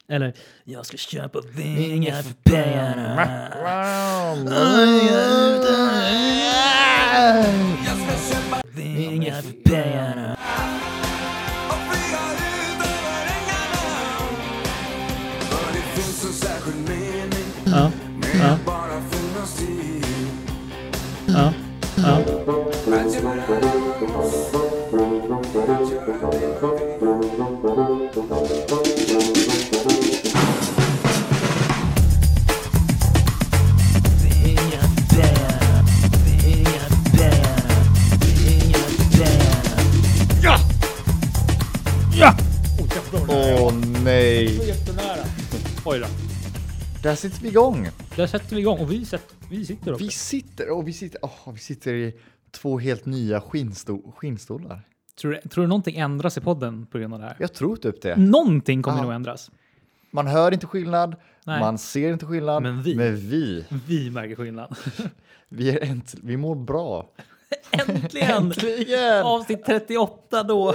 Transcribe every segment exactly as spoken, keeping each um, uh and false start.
Eller, jag ska köpa vingar för pengarna. Jag ska köpa vingar för pengarna. Ja, ja. Ja, ja. Ja! Ja! Åh oh, nej. Så jättenära. Oj då. Där sitter vi igång. Där sätter vi igång och vi, sätter, vi sitter också. Vi sitter och vi sitter, oh, vi sitter i två helt nya skinnsto- skinnstolar. Tror du, tror du någonting ändras i podden på grund av det här? Jag tror typ det. Någonting kommer Aha. nog ändras. Man hör inte skillnad, Nej. man ser inte skillnad, Men vi. men vi, Vi märker skillnad. vi, är änt- vi mår bra. Äntligen! Äntligen! Avsnitt trettioåtta då.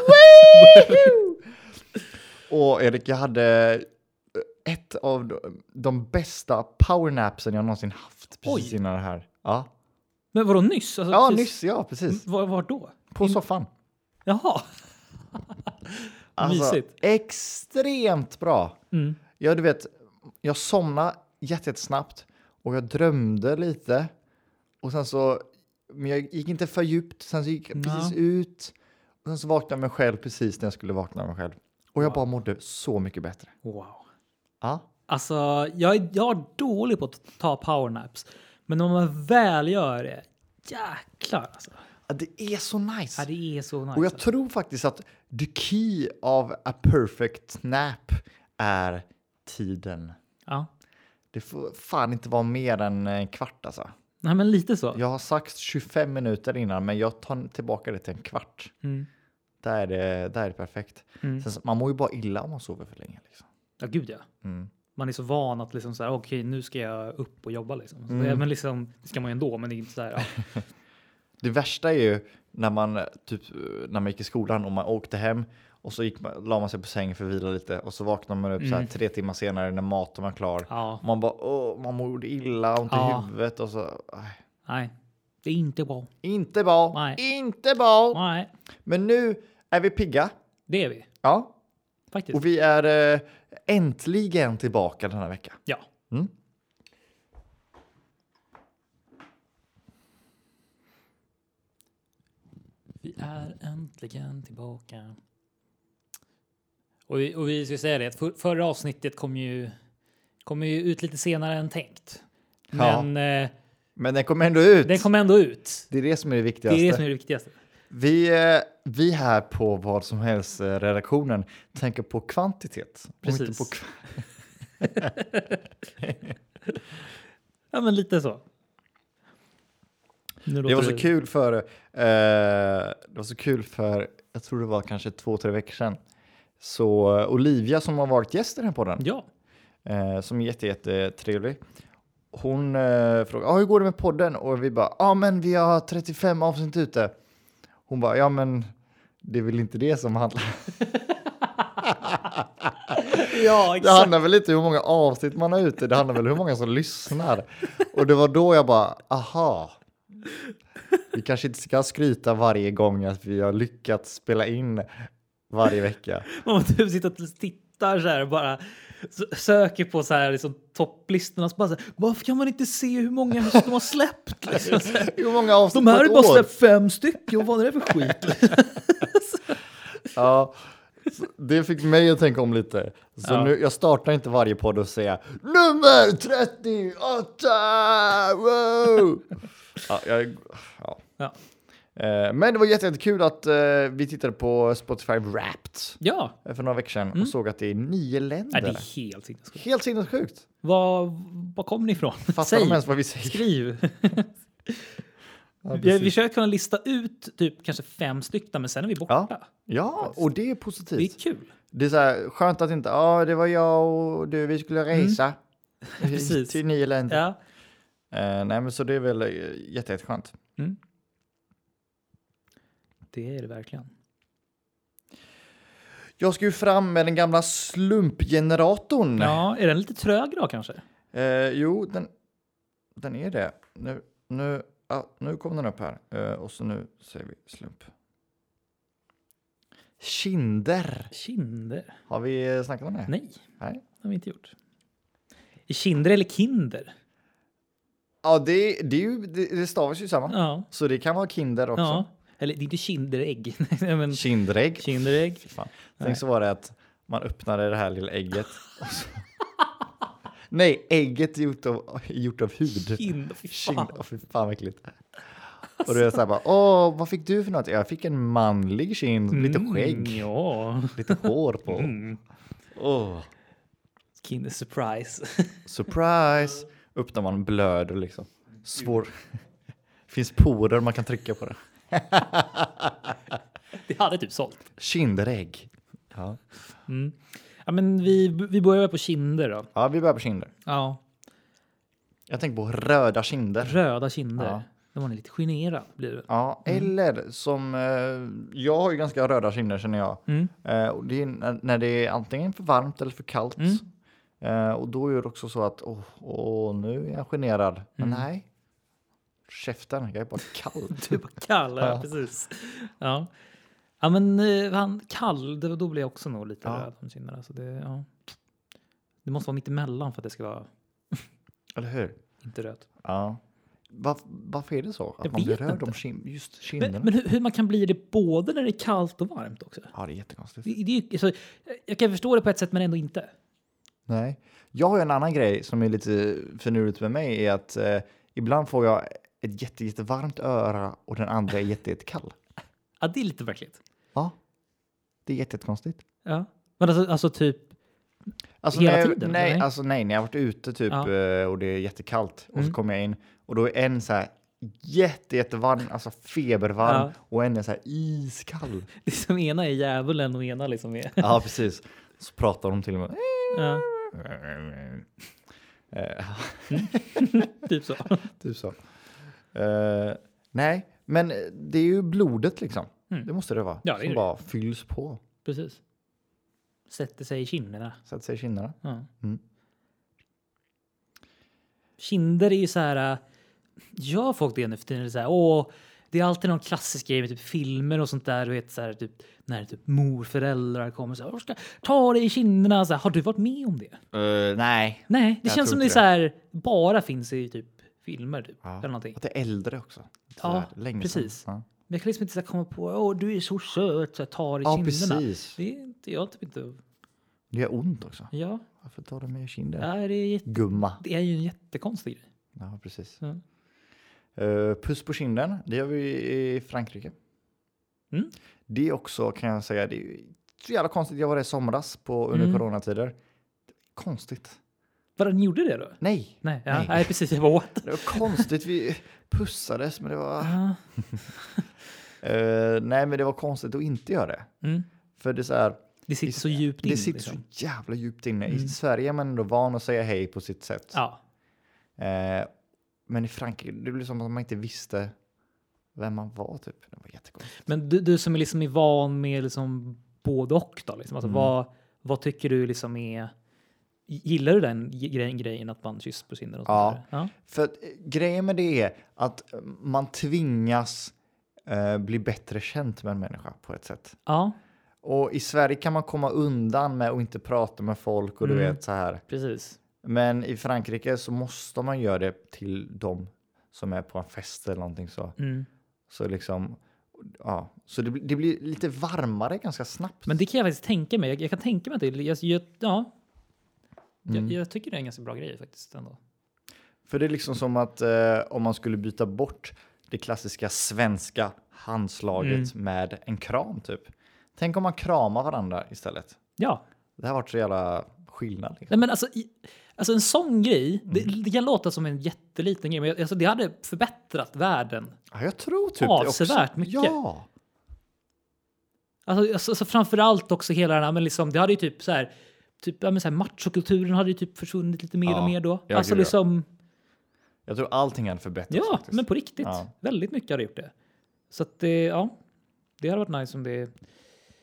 Och Erik, jag hade ett av de- de bästa powernapsen jag någonsin haft precis Oj. innan det här. Ja, Men vadå nyss? Alltså, ja precis- nyss, ja precis. Var, var då? På In- soffan. Jaha. Alltså, Mysigt. extremt bra. Mm. Ja, du vet, jag somnade jättesnabbt och jag drömde lite. Och sen så, men jag gick inte för djupt, sen så gick jag precis Ja. ut. Och sen så vaknade jag mig själv precis när jag skulle vakna mig själv. Och jag Wow. bara mådde så mycket bättre. Wow. Ja, Alltså, jag är, jag är dålig på att ta powernaps. Men om man väl gör det, jäklar alltså. Ja, det är så nice. Ja, det är så nice. Och jag alltså. tror faktiskt att the key of a perfect nap är tiden. Ja. Det får fan inte vara mer än en kvart alltså. Nej, men lite så. Jag har sagt tjugofem minuter innan, men jag tar tillbaka det till en kvart. Mm. Där är det, där är det perfekt. Mm. Sen, så- man mår ju bara illa om man sover för länge. Liksom. Ja, gud ja. Mm. Man är så van att liksom så här, okej, nu ska jag upp och jobba liksom. Så Mm. det, men liksom, det ska man ju ändå, men det är inte så här, ja. Det värsta är ju när man, typ, när man gick i skolan och man åkte hem och så gick man, la man sig på sängen för att vila lite och så vaknade man upp så här Mm. tre timmar senare när maten var klar. Ja, Man bara, åh, man mådde illa, ont i Ja. huvudet och så. Aj. nej. Det är inte bra. Inte bra, Nej. inte bra. Nej, Men nu är vi pigga. det är vi Ja, faktiskt. och vi är eh, äntligen tillbaka den här veckan. Ja. Mm. Vi är äntligen tillbaka. Och vi, och vi ska säga det, att för, förra avsnittet kom ju, kom ju ut lite senare än tänkt. Ja. Men eh, Men den kommer ändå ut. den kom ändå ut. Det är det som är det Det viktigaste. är det som är det viktigaste. Vi, eh, vi här på vad som helst eh, redaktionen tänker på kvantitet. och Precis. Inte på kv- Ja, men lite så. Nu det låter var så kul för, eh, det var så kul för, jag tror det var kanske två, tre veckor sedan. Så eh, Olivia som har varit gäst i den här podden, Ja. eh, som är jätte, jätte trevlig. Hon eh, frågade, ah, hur går det med podden? Och vi bara, ja ah, men vi har trettiofem avsnitt ute. Hon bara, ja men det är väl inte det som handlar. Ja, Det exakt. handlar väl inte om hur många avsnitt man har ute. Det handlar väl om hur många som lyssnar. Och det var då jag bara, aha. Vi kanske inte ska skryta varje gång att vi har lyckats spela in varje vecka. Man typ sitter och tittar så här och bara s- söker på så här liksom topplistorna. Så bara så här, varför kan man inte se hur många de har släppt? Liksom, så här. Hur många avsnitt De här på har ett bara år? släppt fem stycken. Vad är det för skit? Ja, så det fick mig att tänka om lite. Så Ja. nu, jag startar inte varje podd och säger nummer trettioåtta! Wow! Ja, jag, ja. Ja. Eh, Men det var jätte- jättekul att eh, vi tittade på Spotify Wrapped Ja, eh, för några veckor sedan Mm. och såg att det är nio nej, länder. det är helt sinnessjukt. Helt sinnessjukt. Var, var kom ni ifrån? Fattar Säg, de ens vad vi säger? skriv. Ja, vi, precis. vi försöker kunna lista ut typ kanske fem stycken, men sen är vi borta. Ja, och det är Det är positivt. kul. Det är så här skönt att inte, ja det var jag och du, vi skulle resa Precis. till nio länder. Ja. Eh, nej men så det är väl eh, jätte, jätteskönt. Mm. Det är det verkligen. Jag ska ju fram med den gamla slumpgeneratorn. Ja, är den lite trög då kanske? Eh, jo, den, den är det. Nu, nu, ja, nu kommer den upp här. Eh, och så nu säger vi slump. Kinder. Kinder? Har vi snackat om det? Nej, Nej. det har vi inte gjort. Är kinder eller kinder? Ja, det, det, är ju, det, det stavas ju samma. Ja. Så det kan vara kinder också. Ja. Eller det är inte kinderägg. Men Kinderägg. kinderägg. Fan. Tänk så var det att man öppnade det här lilla ägget. Och så... Nej, ägget är gjort av, gjort av hud. Kind, fy fan. Kind, oh, fy fan vad äckligt. Och då är jag så här bara, åh, vad fick du för något? Jag fick en manlig kind, lite skägg, Mm, ja. lite hår på. Mm. Åh, Kinder surprise. surprise! Öppnar man blöder liksom. Svår. Finns porer man kan trycka på det. Det hade typ sålt. Kinderägg. Ja. Mm. Ja, men vi, vi börjar på kinder då. Ja, vi börjar på kinder. Ja. Jag tänker på röda kinder. Röda kinder. Ja. Då var ni lite generad blir det. Ja, eller som... Eh, jag har ju ganska röda kinder känner jag. Mm. Eh, och det är när, när det är antingen för varmt eller för kallt. Mm. Eh, och då är det också så att, åh, åh nu är jag generad. Men Mm. nej. Käften, jag är bara kall. Du är bara kall, ja. Ja. Precis. Ja. Ja, men eh, han kall, då, då blir jag också nog lite Ja. röd om kinderna. Så det, ja. Det måste vara mitt emellan för att det ska vara Eller hur? inte rött. Ja. Var, varför är det så? Att Jag man blir vet röd inte. om kin- just kinderna? Men, men hur, hur man kan bli det både när det är kallt och varmt också? Ja, det är jättekonstigt. Det, det, är ju- så, jag kan förstå det på ett sätt men ändå inte. Nej. Jag har ju en annan grej som är lite finurligt med mig är att eh, ibland får jag ett jätte, jättevarmt öra och den andra är jätte, jättekall. Ja, det är lite verkligt. Ja. Det är jätte, jättekonstigt. Ja. Men alltså, alltså typ... Alltså, Hela när jag, tiden, nej, nej? alltså nej, när jag har varit ute typ Ja. eh, och det är jättekallt och så Mm. kommer jag in och då är en så här jätte, jättevarm, alltså febervarm Ja. och en är så här iskall. Det som ena är djävulen och ena liksom är... Ja, precis. Så pratar de till och med. Ja, Eh, typ så. typ så. Eh, nej, men det är ju blodet liksom. Mm. Det måste det vara. Ja, det är som det. bara fylls på. Precis. Sätter sig i kinderna. Sätter sig i kinderna. Ja. Mm. Kinder är ju så här... äh, Gör folk det nu för tiden? Så här, åh, det är alltid någon klassisk grej med typ filmer och sånt där. Du vet, så här, typ, när typ morföräldrar kommer så här, ska ta dig i kinderna. Så här, har du varit med om det? Uh, nej. Nej, det Jag känns tror som det är inte så här, bara finns i typ filmer. Typ, Ja. eller någonting. Att det är äldre också. Så Ja, där, länge precis. sedan. Ja. Men jag kan liksom inte så här komma på, åh, du är så söt, så här, ta dig i Ja, kinderna. precis. Det är inte, jag typ inte... Det gör ont också. Ja, Varför tar du med i kinden? ja det, är jätte, Gumma. det är ju en jättekonstig grej. Ja, precis. Ja. Uh, puss på kinden, det gör vi i Frankrike. Mm. Det är också, kan jag säga, det är så jävla konstigt. Jag var där i somras på, under Mm. coronatider. Konstigt. Vadå, ni gjorde det då? Nej. Nej, ja, nej. Nej. precis. Jag bara, what? Det var konstigt. Vi pussades, men det var... Ja. Uh, nej, men det var konstigt att inte göra det. Mm. För det är så här... Det sitter så djupt in. Det sitter liksom. så jävla djupt inne. Mm. I Sverige är man ändå van att säga hej på sitt sätt. Ja. Eh, men i Frankrike, det blev som att man inte visste vem man var typ. Det var jättekonstigt. Men du, du som är liksom är van med liksom både och då, liksom. Alltså, Mm. vad, vad tycker du liksom är... Gillar du den grejen, grejen att man kysser på kinden? Och sånt Ja. där? Ja. För att, eh, grejen med det är att eh, man tvingas eh, bli bättre känt med en människa på ett sätt. Ja, Och i Sverige kan man komma undan med att inte prata med folk och du Mm. vet så här. precis. Men i Frankrike så måste man göra det till dem som är på en fest eller någonting så. Mm. Så liksom, ja. Så det, blir- det blir lite varmare ganska snabbt. Men det kan jag faktiskt tänka mig. Jag, jag kan tänka mig att det jag, jag, ja. Mm. jag, jag tycker det är en ganska bra grej faktiskt ändå. För det är liksom som att eh, om man skulle byta bort det klassiska svenska handslaget Mm. med en kram typ. Tänk om man kramar varandra istället. Ja. Det har varit så jävla skillnad. Liksom. Nej, men alltså, i, alltså en sån grej, Mm. det, det kan låta som en jätteliten grej, men alltså, det hade förbättrat världen. Ja, jag tror typ Avsevärt det också. mycket. Ja. Alltså, alltså, alltså framförallt också hela den här, men liksom, det hade ju typ så här, typ, ja, men så här machokulturen hade ju typ försvunnit lite mer Ja. och mer då. Ja, Alltså gud, ja. liksom, Jag tror allting hade förbättrats ja, faktiskt. men på riktigt. Ja. Väldigt mycket hade gjort det. Så att det, ja, det hade varit nice om det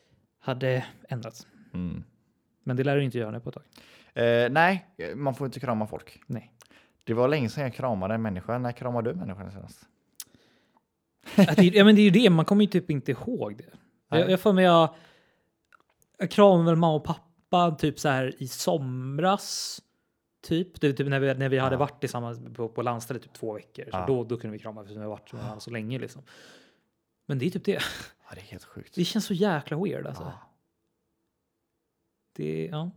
hade ändrats. Mm. Men det lär du inte göra nu på ett tag. Eh, nej, man får inte krama folk. Nej. Det var länge sedan jag kramade en människa. När kramade du människan senast? Att det, ja, men det är ju det. Man kommer ju typ inte ihåg det. Jag, jag får med jag, jag kramade väl mamma och pappa typ så här i somras. Typ, det, typ när vi, när vi hade Ja. varit tillsammans på, på landstället typ två veckor. Så Ja. då, då kunde vi krama för vi har varit så, så länge liksom. Men det är typ det. Ja, det är helt sjukt. Det känns så jäkla weird alltså. Ja. Det, ja.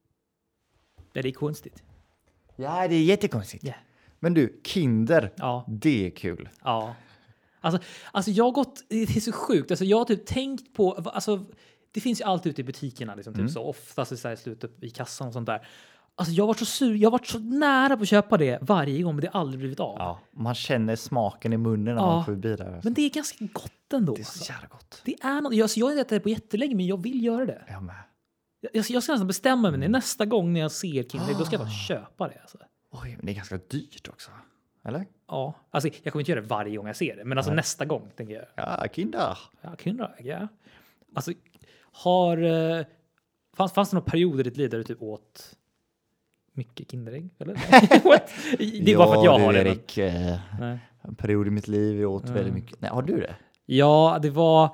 Det är konstigt. Ja, det är jättekonstigt. Yeah. Men du, Kinder, Ja. det är kul. Ja. Alltså, alltså jag har gått, det är så sjukt. Alltså jag har typ tänkt på, alltså det finns ju alltid ute i butikerna liksom, typ Mm. så oftast så här slutet i kassan och sånt där. Alltså jag har varit så sur, jag har varit så nära på att köpa det varje gång men det har aldrig blivit av. Ja, man känner smaken i munnen när Ja. man får förbi där. Men det är ganska gott ändå. det är så alltså. jävla gott. Det är något, jag, alltså jag har inte ätit det på jättelänge men jag vill göra det. Jag med. Jag, jag, jag ska nästan bestämma mig nästa gång när jag ser Kinder, då ska jag bara köpa det. Alltså. Oj, men det är ganska dyrt också. Eller? Ja, alltså jag kommer inte göra det varje gång jag ser det, men alltså Nej. nästa gång tänker jag. Ja, Kinder. Ja, Kinder, ja. Alltså, har... eh, Fanns, fanns det några perioder i ditt liv där du typ åt mycket Kinderägg? Eller? What? Det är bara för att jag har det. Men... Erik, eh, Nej. en period i mitt liv jag åt Mm. väldigt mycket. Nej, har du det? Ja, det var...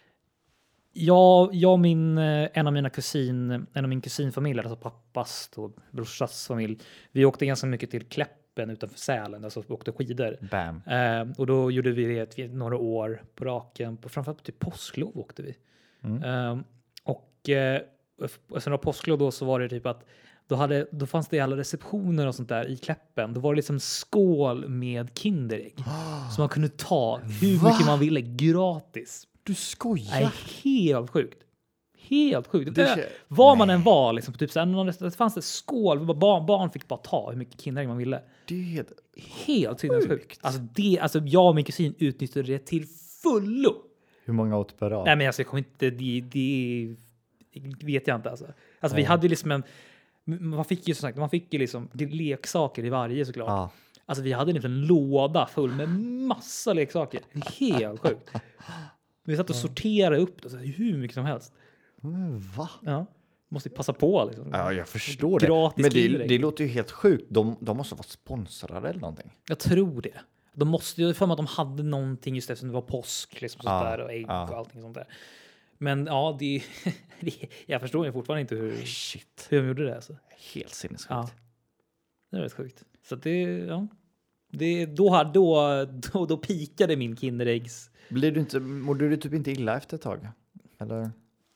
Jag, jag och min, eh, en av mina kusin, en av min kusinfamiljer, alltså pappas och brorsas familj, vi åkte ganska mycket till Kläppen utanför Sälen, alltså vi åkte skidor. Bam. Eh, och då gjorde vi det ett- några år på raken, på, framförallt till påsklov åkte vi. Mm. Eh, och eh, sen några påsklov då så var det typ att då, hade, då fanns det alla receptioner och sånt där i Kläppen. Då var det liksom skål med Kinderägg. Så man kunde ta hur Va? mycket man ville gratis. Du skojar? Nej, helt sjukt. Helt sjukt. Det Det, kä- var man Nej. än var, liksom, typ så här, någon restaurang, det fanns det skål. Barn, barn fick bara ta hur mycket Kinderägg man ville. Det är helt... Helt sinnessjukt. Alltså, det, alltså jag och min kusin utnyttjade det till fullo. Hur många åt per dag? Nej, men alltså, jag kommer inte... Det, det, det vet jag inte. Alltså, alltså vi Ja. hade ju liksom en... Man fick ju som sagt, man fick ju liksom leksaker i varje såklart. Ja. Alltså vi hade liksom en låda full med massa leksaker. Helt sjukt. Vi satt och sorterade upp det, så hur mycket som helst. Men va? Ja, måste passa på liksom. Ja, jag förstår det. Gratis Men det, Kinderägg. det låter ju helt sjukt. De, de måste ha varit sponsrade eller någonting. Jag tror det. De måste ju för mig att de hade någonting just eftersom det var påsk liksom sånt Ja, där och ägg ja. och allting sånt där. Men ja, det, det jag förstår ju fortfarande inte hur, Shit. hur de gjorde det alltså. Helt sinnessjukt. Ja. Det är rätt sjukt. Så det, ja. Det, då, har- då, då, då pikade min Kinderäggs. Blir du inte, mådde du typ inte illa efter ett tag? Eller?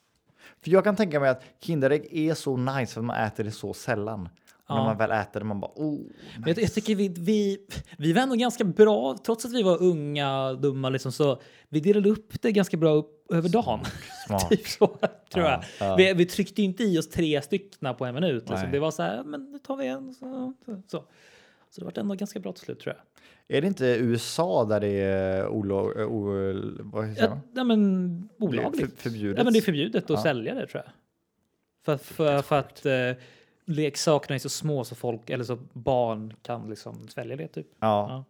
För jag kan tänka mig att Kinderägg är så nice för man äter det så sällan. Och när Ja. man väl äter det man bara oh. Men jag, jag tycker vi, vi, vi var ändå ganska bra, trots att vi var unga, dumma liksom, så vi delade upp det ganska bra upp, över dagen. Smart. typ så, tror Ja, jag. ja. Vi, vi tryckte inte i oss tre stycken på en minut. Liksom. Nej. Det var så här, men nu tar vi en. Så, så, så. så det var ändå ganska bra till slut, tror jag. Är det inte U S A där det är olo, o, vad heter Ja, det? ja, men Det är olagligt. för- förbjudet. Ja, men det är förbjudet att Ja. sälja det, tror jag. För, för, för att eh, leksakerna är så små så folk, eller så barn kan liksom svälja det, typ. Ja. Ja.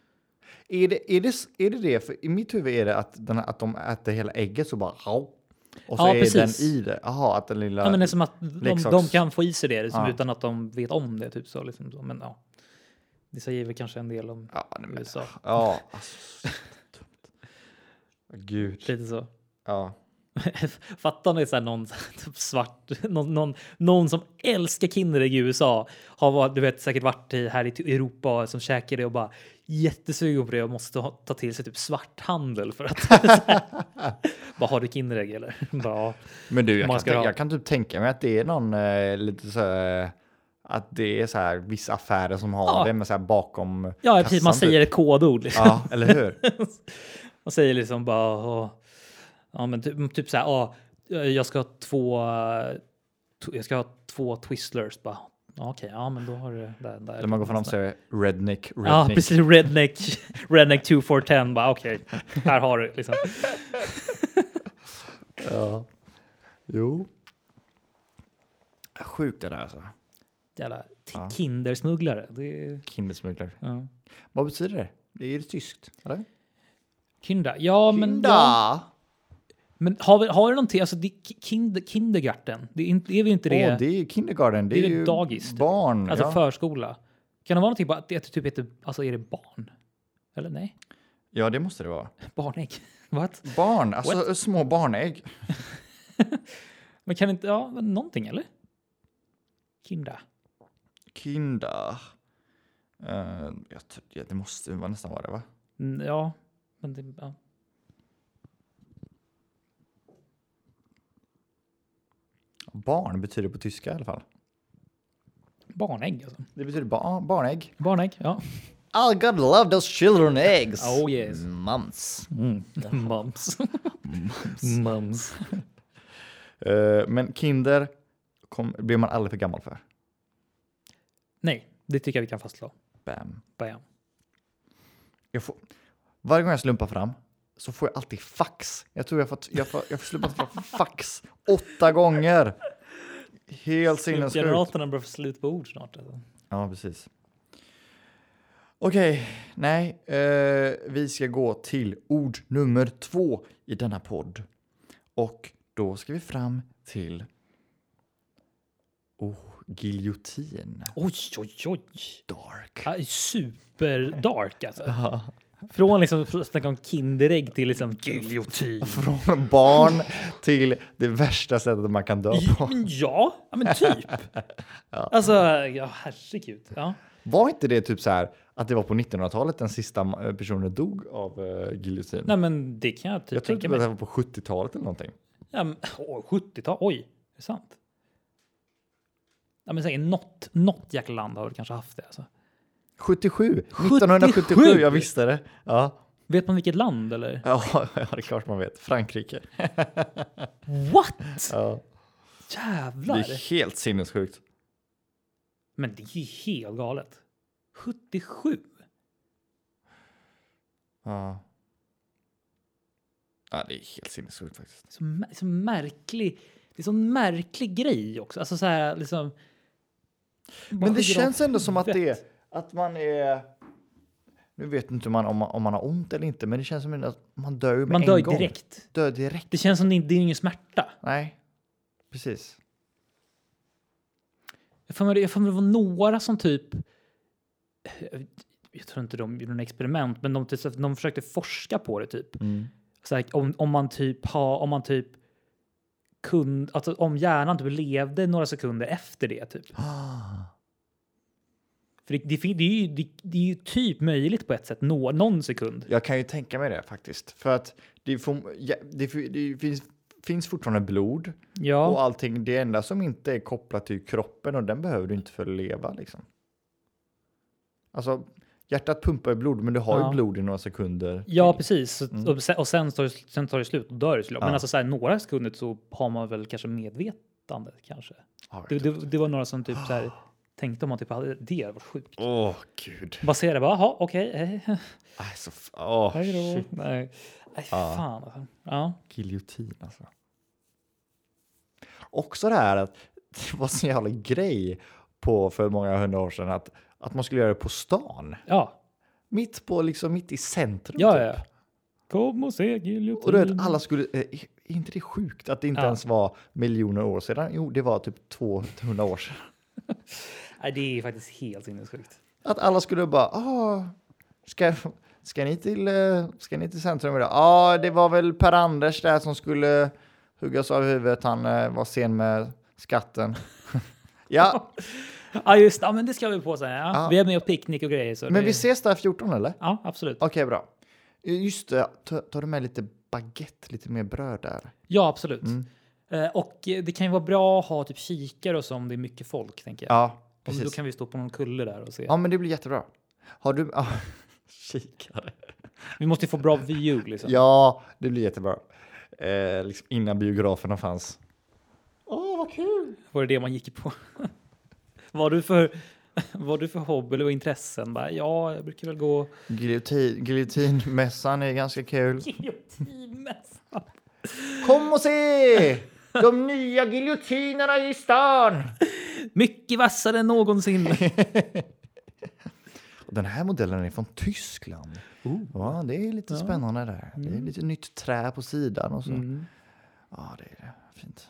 Är, det, är, det, är det det? För i mitt huvud är det att, den, att de äter hela ägget så bara "Hau." och så Ja, är precis. den i det. Jaha, att den lilla... Ja, men det är som att de, leksaks- de kan få i sig det liksom, Ja. utan att de vet om det. Typ så, liksom så. Men ja, det säger väl kanske en del om Ja, nej, men, U S A. ja alltså, dumt. Gud. Lite så. Ja. Fattar om det är så här någon typ svart, någon, någon, någon som älskar Kinderägg i U S A har varit, du vet, säkert varit i, här i Europa som käkar det och bara jättesugen på det och måste ha, ta till sig typ svarthandel för att bara har du Kinderägg eller? Bara, Men du, jag Man kan, ska tänka, ha- jag kan typ tänka mig att det är någon eh, lite så här, att det är så här vissa affärer som har Ja. det med så här bakom ja, precis, man kassan, säger typ. ett kodord liksom. Ja, eller hur? Man säger liksom bara åh, ja, men typ, typ så här, åh, jag ska ha två t- jag ska ha två Twistlers bara. Ja, okej, ja, men då har du där där. Eller man går fram och säger redneck, redneck. Ja, precis, redneck redneck two four ten bara okej. Här har du liksom. Ja. Jo. Sjukt det där alltså. Jävla t- Ja. kindersmugglare. Det är, Kindersmugglare. ja. Vad betyder det? Det är det tyskt, eller? Kinda. Ja, men Kinda! ja, Men har vi, har vi någonting, alltså det, kind, kindergarten, det är, inte, är vi inte det? Åh, det är ju kindergarten, det, Det är är ju dagis, typ. barn. Alltså ja. förskola. Kan det vara någonting bara att det typ heter, alltså är det barn? Eller nej? ja, det måste det vara. Barnägg. What? Barn, alltså What? små barnägg. Men kan vi inte, ja, men någonting eller? Kinda. Kinda. Uh, jag tror, ja, det måste vara nästan vara det, va? Mm, ja, men det, ja. Barn betyder på tyska i alla fall. Barnägg alltså. Det betyder ba- barnägg. Barnägg, ja. I gotta love those children eggs. Oh yes. Mums. Mm. Mums. Mums. Uh, men kinder kom, blir man aldrig för gammal för. Nej, det tycker jag vi kan fastslå. Bam. Bam. Jag får, varje gång jag slumpar fram så får jag alltid fax. Jag tror jag får, jag får, jag får slumpa fram fax åtta gånger. Helt sinnessjukt. Generatorerna börjar få slut på ord snart. Alltså. Ja, precis. Okej, nej. Eh, vi ska gå till ord nummer två i denna podd. Och då ska vi fram till oh, giljotin. Oj, oj, oj. Dark. Ja, super dark alltså. Från liksom snacka om kinderägg till liksom giljotin. Från barn till det värsta sättet man kan dö på. Men ja, ja men typ. Ja. Alltså, ja herregud. Ja. Var inte det typ så här att det var på nittonhundratalet den sista personen dog av uh, giljotin? Nej men det kan jag typ Jag tror tänka att mig. det var på sjuttiotalet eller någonting. Ja, men, åh, sjuttiotal, oj, är det sant? Ja men säg något, något jäkla land har väl kanske haft det alltså. sjuttiosju, nittonhundrasjuttiosju, jag visste det. Ja. Vet man vilket land eller? Ja, ja, det är klart man vet. Frankrike. What? Ja. Jävlar. Det är helt sinnessjukt. Men det är ju helt galet. sjuttiosju? Ja. Ja, det är helt sinnessjukt faktiskt. Så, mär- så märklig. Det är så märklig grej också. Alltså så här liksom. Men det känns ändå som att det är huvudet. att man är. Nu vet inte man om man, om man har ont eller inte, men det känns som att man dör med Man en dör gång. direkt. Dör direkt. Det känns som det, det är ingen smärta. Nej, precis. Jag får mig, jag får mig det var några som typ. Jag tror inte de gjorde någon experiment, men de, de försökte forska på det typ. Mm. Så här, om, om man typ har, om man typ kunde, alltså om hjärnan typ levde några sekunder efter det typ. För det, det, det, är ju, det, det är ju typ möjligt på ett sätt, nå, någon sekund. Jag kan ju tänka mig det faktiskt. För att det, får, ja, det, det finns, finns fortfarande blod Ja, och allting. Det enda som inte är kopplat till kroppen, och den behöver du inte för att leva liksom. Alltså, hjärtat pumpar i blod, men du har Ja. ju blod i några sekunder. ja precis. Så- Mm. Och sen, och sen, tar det, sen tar det slut och dör det såklart. Men Ja. alltså så här, några sekunder så har man väl kanske medvetande kanske. Ja, Det, det, det var några som typ så här tänkte om man typ hade det, var sjukt. Åh, gud. Baserade bara, jaha, okej. Eh, Aj, så f- åh, hej då. shit. Nej, Nej Ja. fan alltså. Ja. Giljotin alltså. Också det här att det var så jävla grej på för många hundra år sedan att, att man skulle göra det på stan. Ja, Mitt på liksom mitt i centrum. ja, typ. ja. Kom och se giljotin. Och du vet, alla skulle, eh, är inte det sjukt att det inte Ja. ens var miljoner år sedan? Jo, det var typ tvåhundra år sedan. Nej, det är faktiskt helt sinnessjukt. Att alla skulle bara, ah, ska, ska, ni till, eh, ska ni till centrum idag? Ja, ah, det var väl Per-Anders där som skulle huggas av huvudet. Han eh, var sen med skatten. Ja, Ja, just det. Ja, men det ska vi på säga. Ja. Ja. Vi är med och picknick och grejer. Så men det... vi ses där fjorton eller? Ja, absolut. Okej, bra. Just det, ta- tar du med lite baguette, lite mer bröd där? Ja, absolut. Mm. Eh, och eh, det kan ju vara bra att ha typ kikare och så om det är mycket folk, tänker jag. Ja, Om- Då precis. kan vi stå på någon kulle där och se. Ja, men det blir jättebra. Har du... Ah, kikare. Vi måste ju få bra view liksom. Ja, det blir jättebra. Eh, liksom innan biograferna fanns. Åh, vad kul! Var det det man gick på? Var du för... Var du för hobby eller intressen? Bara, ja, jag brukar väl gå... Giljotin, giljotinmässan är ganska kul. Giljotinmässan. Kom och se! De nya giljotinerna i stan! Mycket vassare än någonsin. Och den här modellen är från Tyskland. Oh. Ja, det är lite Ja. spännande där. Det är Mm. lite nytt trä på sidan och så. Mm. Ja, det är det. Fint.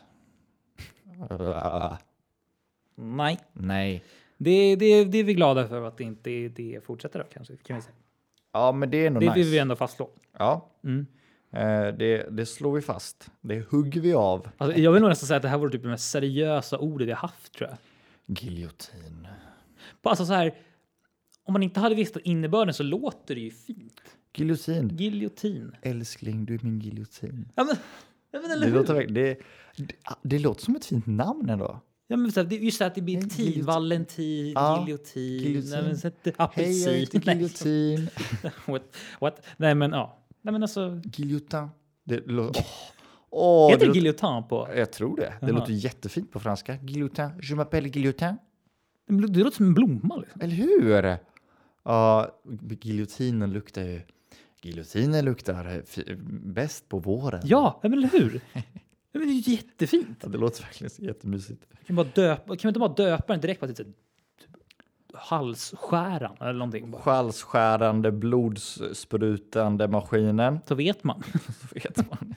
Nej. Nej. Det, det, det är vi glada för att det inte det fortsätter då, kanske. Kan vi säga. Ja, men det är nog Det nice. vill vi ändå fastslå. Ja. Mm. Eh, det, det slår vi fast. Det hugger vi av. Alltså, jag vill nog nästan säga att det här var typ det mest seriösa ordet vi har haft, tror jag. Giljotin. Alltså så här, om man inte hade visst innebörden så låter det ju fint. Giljotin. Giljotin. Älskling, du är min giljotin. Ja, men, ja, men eller Det hur? låter, verk- det, det, det låter som ett fint namn ändå. Ja, men så här, det är just så att det blir En tin, giljotin. valentin, Ja, giljotin, giljotin. nej, men så att det- Hej, jag heter apelsin. Giljotin. what, what? Nej, men ja. Nej, men alltså, Giljotin. Det låter... Åh, heter det låter- giljotin på? Jag tror det. Det Jaha. låter jättefint på franska. Giljotin. Je m'appelle Giljotin. Det låter som en blomma. Liksom. Eller hur? Ja, giljotinen luktar ju... Giljotinen luktar fi- bäst på våren. Ja, men eller hur? Ja, men det är ju jättefint. Ja, det låter verkligen så jättemysigt. Kan, bara döpa, kan man inte bara döpa den direkt på att det är typ halsskäran eller någonting? Bara. Sjalsskärande, blodssprutande maskinen. Så vet man. Så vet man.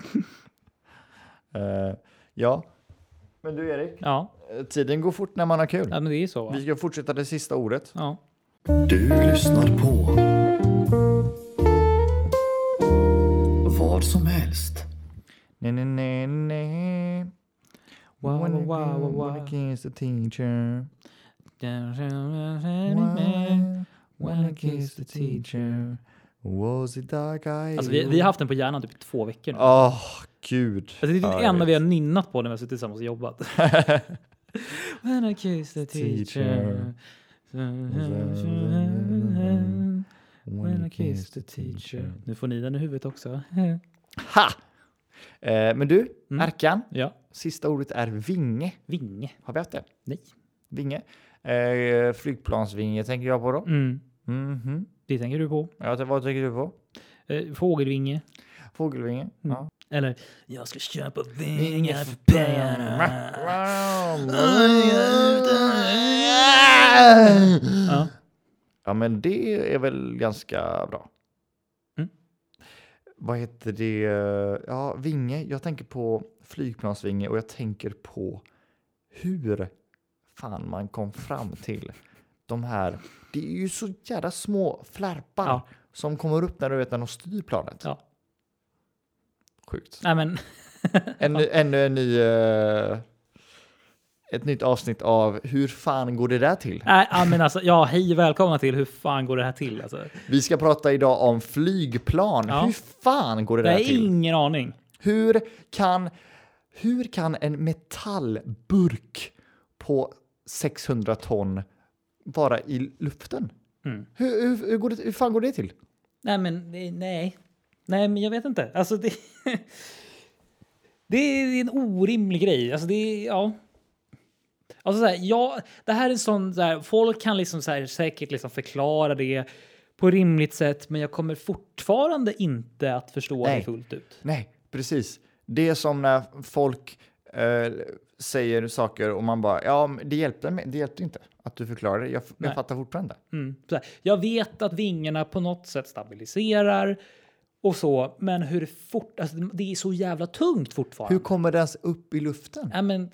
uh, ja. Men du Erik, Ja, eh, tiden går fort när man har kul. ja men det är så. Va? Vi ska fortsätta det sista ordet. Ja. Du lyssnar på vad som helst. Nej, nej, nej, nej. Wow, When wow, you wow, go, wow. when I kiss the teacher. When I kiss the teacher. Was it dark eyes? Alltså, vi, vi har haft den på hjärnan typ i två veckor nu. Åh, oh, gud. Alltså, det är Ja, det jag enda vet. vi har nynnat på när vi har suttit tillsammans och jobbat. When I kiss the teacher. When I kiss the teacher. Nu får ni den i huvudet också. Ha! Eh, men du, Mm. Erkan. Ja, Sista ordet är vinge. vinge. Har vi haft det? Nej. Vinge. Eh, flygplansvinge tänker jag på då. Mm. Mhm. Det tänker du på. Ja, vad tänker du på? Eh, fågelvinge. Fågelvinge? Mm. Ja. Eller, jag ska köpa vingar för pengarna. Ja. Ja, men det är väl ganska bra. Mm. Vad heter det? Ja, vinge. Jag tänker på flygplansvinge och jag tänker på hur fan man kom fram till de här. Det är ju så jävla små flärpar Ja. som kommer upp när du vet när de styr planet. Ja. Sjukt. Nej, men... Ännu en, en ny... eh, ett nytt avsnitt av Hur fan går det där till? Nej, ja, men alltså, ja, hej och välkomna till Hur fan går det här till? Alltså, Vi ska prata idag om flygplan. Ja. Hur fan går det jag där har till? ingen aning. Hur kan, hur kan en metallburk på sexhundra ton vara i luften? Mm. Hur, hur, hur, går det, hur fan går det till? Nej, men det- nej. Nej, men jag vet inte. Alltså, det... det är en orimlig grej. Alltså, det är... Ja. Alltså, så här, ja, det här är en sån... Så här, folk kan liksom så här, säkert liksom förklara det på rimligt sätt, men jag kommer fortfarande inte att förstå Nej. det fullt ut. Nej, precis. Det är som när folk eh, säger saker och man bara, ja, men det hjälpte, mig- det hjälpte inte att du förklarar det. Jag, Nej. jag fattar fortfarande. Mm. Så här, jag vet att vingarna på något sätt stabiliserar och så, men hur fort... Alltså, det är så jävla tungt fortfarande. Hur kommer det ens upp i luften? Ja, men,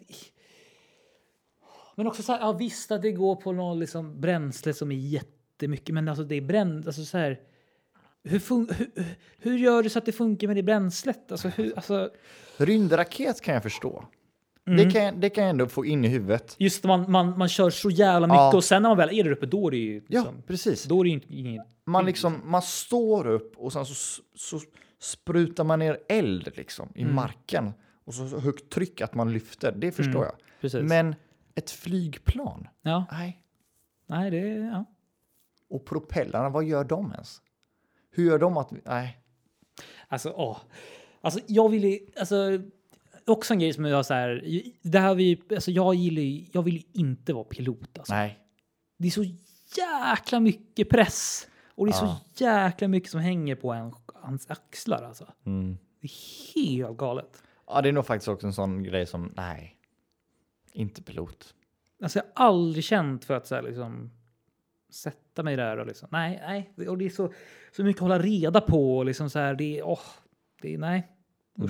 men också så här, ja, visst att det går på något liksom bränsle som är jättemycket, men alltså det är bränd, alltså så här, hur, fun- hur, hur gör du så att det funkar med det bränslet? Alltså, hur, alltså, Rymdraket kan jag förstå. Mm. Det, kan, det kan jag ändå få in i huvudet. just man, man, man kör så jävla mycket Ja. och sen när man väl är där uppe, då är det ju Ja, liksom, precis. då är det ju inte inget. Man, liksom, man står upp och sen så, så sprutar man ner eld liksom, i Mm. marken. Och så, så högt tryck att man lyfter. Det förstår Mm. jag. Precis. Men ett flygplan? Ja, Nej. nej, det ja. Och propellarna, vad gör de ens? Hur gör de att... Nej. Alltså, åh. Alltså, jag vill ju, alltså, också en grej som jag så här, det här vi, alltså, jag gillar ju, jag vill ju inte vara pilot alltså. Nej. Det är så jäkla mycket press. Och det är Ja. så jäkla mycket som hänger på en, hans axlar. Alltså. Mm. Det är helt galet. Ja, det är nog faktiskt också en sån grej som... Nej. Inte pilot. Alltså, jag har aldrig känt för att så här, liksom, sätta mig där. Och liksom, nej, nej. Och det är så, så mycket att hålla reda på. Och liksom, så här, det är... Åh, det är nej. Usch. Mm.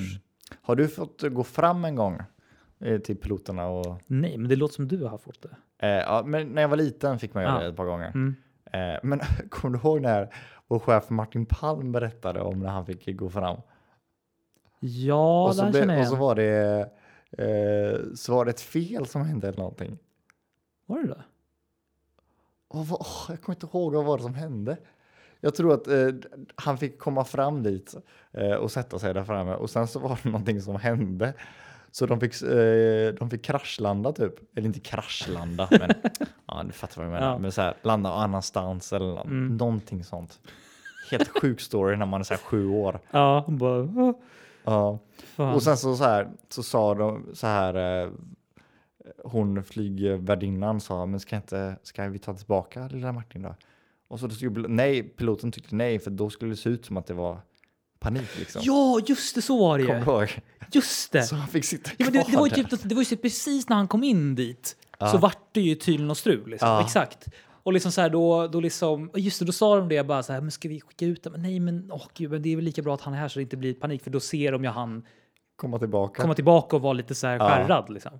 Har du fått gå fram en gång eh, till piloterna? Och, Nej, men det låter som du har fått det. eh, ja, men när jag var liten fick man göra Ja. det ett par gånger. Mm. Eh, men kommer du ihåg när vår chef Martin Palm berättade om när han fick gå fram? Ja, och, så där blev- känner jag och så igen. var det eh, så var det ett fel som hände eller någonting. Var det det? Och vad, åh, jag kommer inte ihåg vad var det som hände. Jag tror att eh, han fick komma fram dit eh, och sätta sig där framme. Och sen så var det någonting som hände. Så de fick, eh, de fick kraschlanda typ. Eller inte kraschlanda, men ja, du fattar vad jag menar. Ja. Men så här, landa annanstans eller nå- Mm. någonting sånt. Helt sjuk story när man är så här sju år. Ja, hon bara... "Åh, Ja. fan." Och sen så, så, här, så sa de så här, eh, hon flygvärdinnan sa, men ska, inte, ska vi ta tillbaka lilla Martin då? Och så då skulle, nej, piloten tyckte nej, för då skulle det se ut som att det var panik liksom. Ja, just det, så var det Kommer ju. du ihåg? Just det. Så han fick sitta Ja, kvar men det, det, var ju där. typ, det var ju typ precis när han kom in dit Ja. så vart det ju tydligen något strul. Liksom. Ja. Exakt. Och liksom så här, då, då liksom, och just det, då sa de det bara så här, men ska vi skicka ut det? Men nej, men åh gud, men det är väl lika bra att han är här så det inte blir panik, för då ser de ju han Komma tillbaka. komma tillbaka och vara lite så här Ja. skärrad liksom.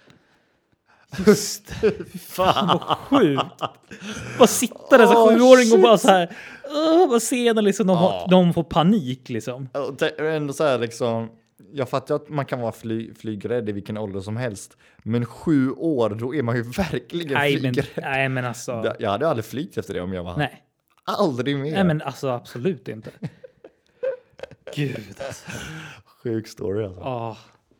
Just det. Fan vad sjukt. Bara sitta där som Åh, sjuåring och bara shit. så här, uh, bara se när liksom de, Ja. har, de får panik liksom. Och det är ändå så här liksom, jag fattar att man kan vara fly, flygrädd i vilken ålder som helst. Men sju år, då är man ju verkligen Nej men, flygrädd. nej men alltså. Jag hade aldrig flygt efter det om jag var han. Nej. Aldrig mer. Nej men alltså absolut inte. Gud alltså. Sjuk story alltså. Ja,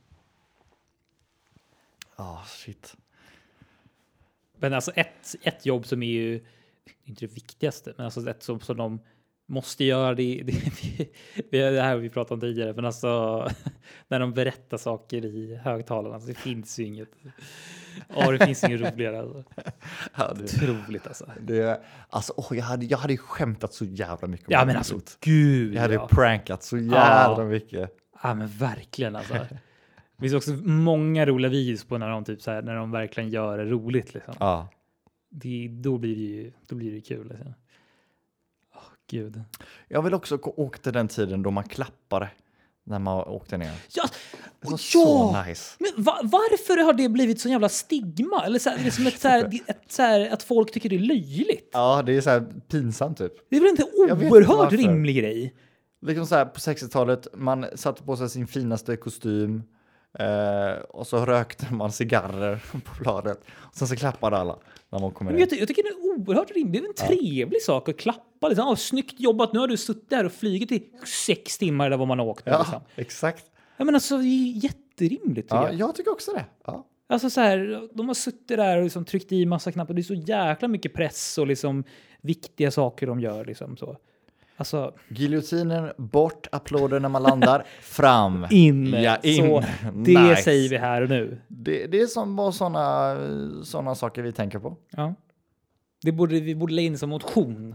Ah. ah, shit. Men alltså ett, ett jobb som är ju inte det viktigaste, men alltså ett som, som de måste göra, det, det, det, det här har vi pratat om tidigare, men alltså när de berättar saker i högtalarna, alltså, det finns ju inget. Ja, det finns inget roligare. Alltså. Ja, det, Otroligt alltså. det, alltså åh, jag, hade, jag hade ju skämtat så jävla mycket om Ja det. men alltså gud. Jag hade ju Ja. prankat så jävla Ja. mycket. Ja men verkligen alltså. Det finns också många roliga videos på när de typ så här, när de verkligen gör det roligt liksom. Ja. Det, då blir det ju då blir det kul liksom. Åh gud. Jag vill också gå- åka till den tiden då man klappade när man åkte ner. Ja, Det var ja! så nice. Men va, varför har det blivit så jävla stigma? Eller så här, det är som ett, så här, ett, så här, att folk tycker det är löjligt. Ja, det är så här pinsamt typ. Det är väl inte Jag vet inte oerhört varför. rimlig grej? Liksom så här på sextiotalet, man satte på sig sin finaste kostym eh, och så rökte man cigarrer på bladet. Och sen så klappade alla när man kom Men in. jag, ty- jag tycker det är oerhört rimligt. Det är en trevlig sak att klappa. Liksom. Oh, snyggt jobbat, nu har du suttit där och flugit i sex timmar eller vad man har åkt med. Ja, Liksom. exakt. Ja, men alltså, det är jätterimligt tycker Ja, jag. jag tycker också det. Ja. Alltså så här, de har suttit där och liksom tryckt i massa knappar. Det är så jäkla mycket press och liksom viktiga saker de gör. Liksom så. Alltså, Giljotinen, bort, applåder när man landar, fram. in. Ja, in. Så det Nice. säger vi här och nu. Det, det är som bara sådana såna saker vi tänker på. Ja. Det borde, vi borde lägga in som motion.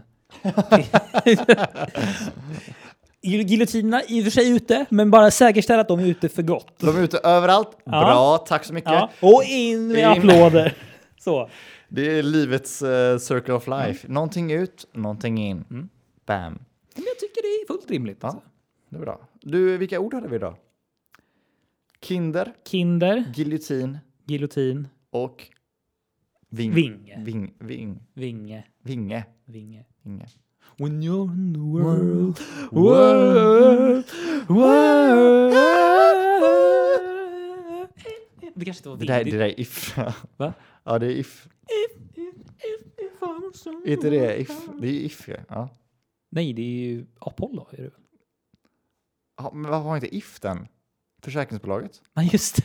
Giljotinerna i och för sig ute, men bara säkerställa att de är ute för gott. De är ute överallt. Ja. Bra, tack så mycket. Ja. Och in med In. applåder. Så. Det är livets uh, circle of life. Någonting ut, någonting in. Mm. Bam. Men jag tycker det är fullt rimligt. Ja, Alltså. det är bra. Du, vilka ord hade vi då? Kinder, Kinder, giljotin giljotin, och ving. vinge. Ving, ving, Vinge. vinge. Vinge. Vinge. When you're in the world, world, world. Det kanske inte var Det där, det vinge. där är if. Va? Ja, det är if. Är inte det if? Det är if, ja. ja. Nej, det är ju Apollo. Är det? Ja, men vad har inte if den? Försäkringsbolaget? Nej, just det.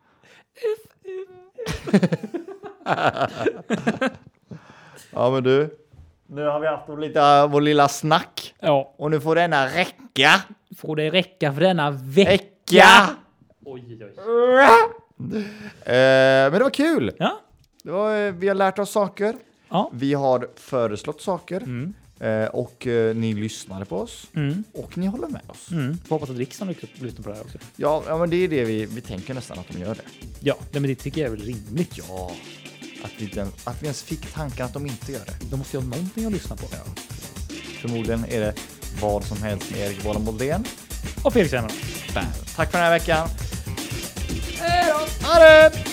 Ja, men du. Nu har vi haft vår, lite, vår lilla snack. Ja, Och nu får denna räcka. får det räcka för denna vecka. Vecka! Oj, oj, oj. Eh, men det var kul. Ja, Det var, eh, vi har lärt oss saker. ja. Vi har föreslått saker. Mm. Eh, och eh, ni lyssnade på oss. Mm. Och ni håller med oss. Mm. Får hoppas att riksdagen lyssnar på det här också. Ja, ja, men det är det vi, vi tänker nästan att de gör det. Ja, nej, men det tycker jag är väl rimligt. Ja, att vi, inte, att vi ens fick tanken att de inte gör det. De måste ju ha någonting att lyssna på. Ja. Förmodligen är det vad som helst med Erik Bollon Moldén. Och Felix Wennman. Fan. Tack för den här veckan. Hej då! Ha det!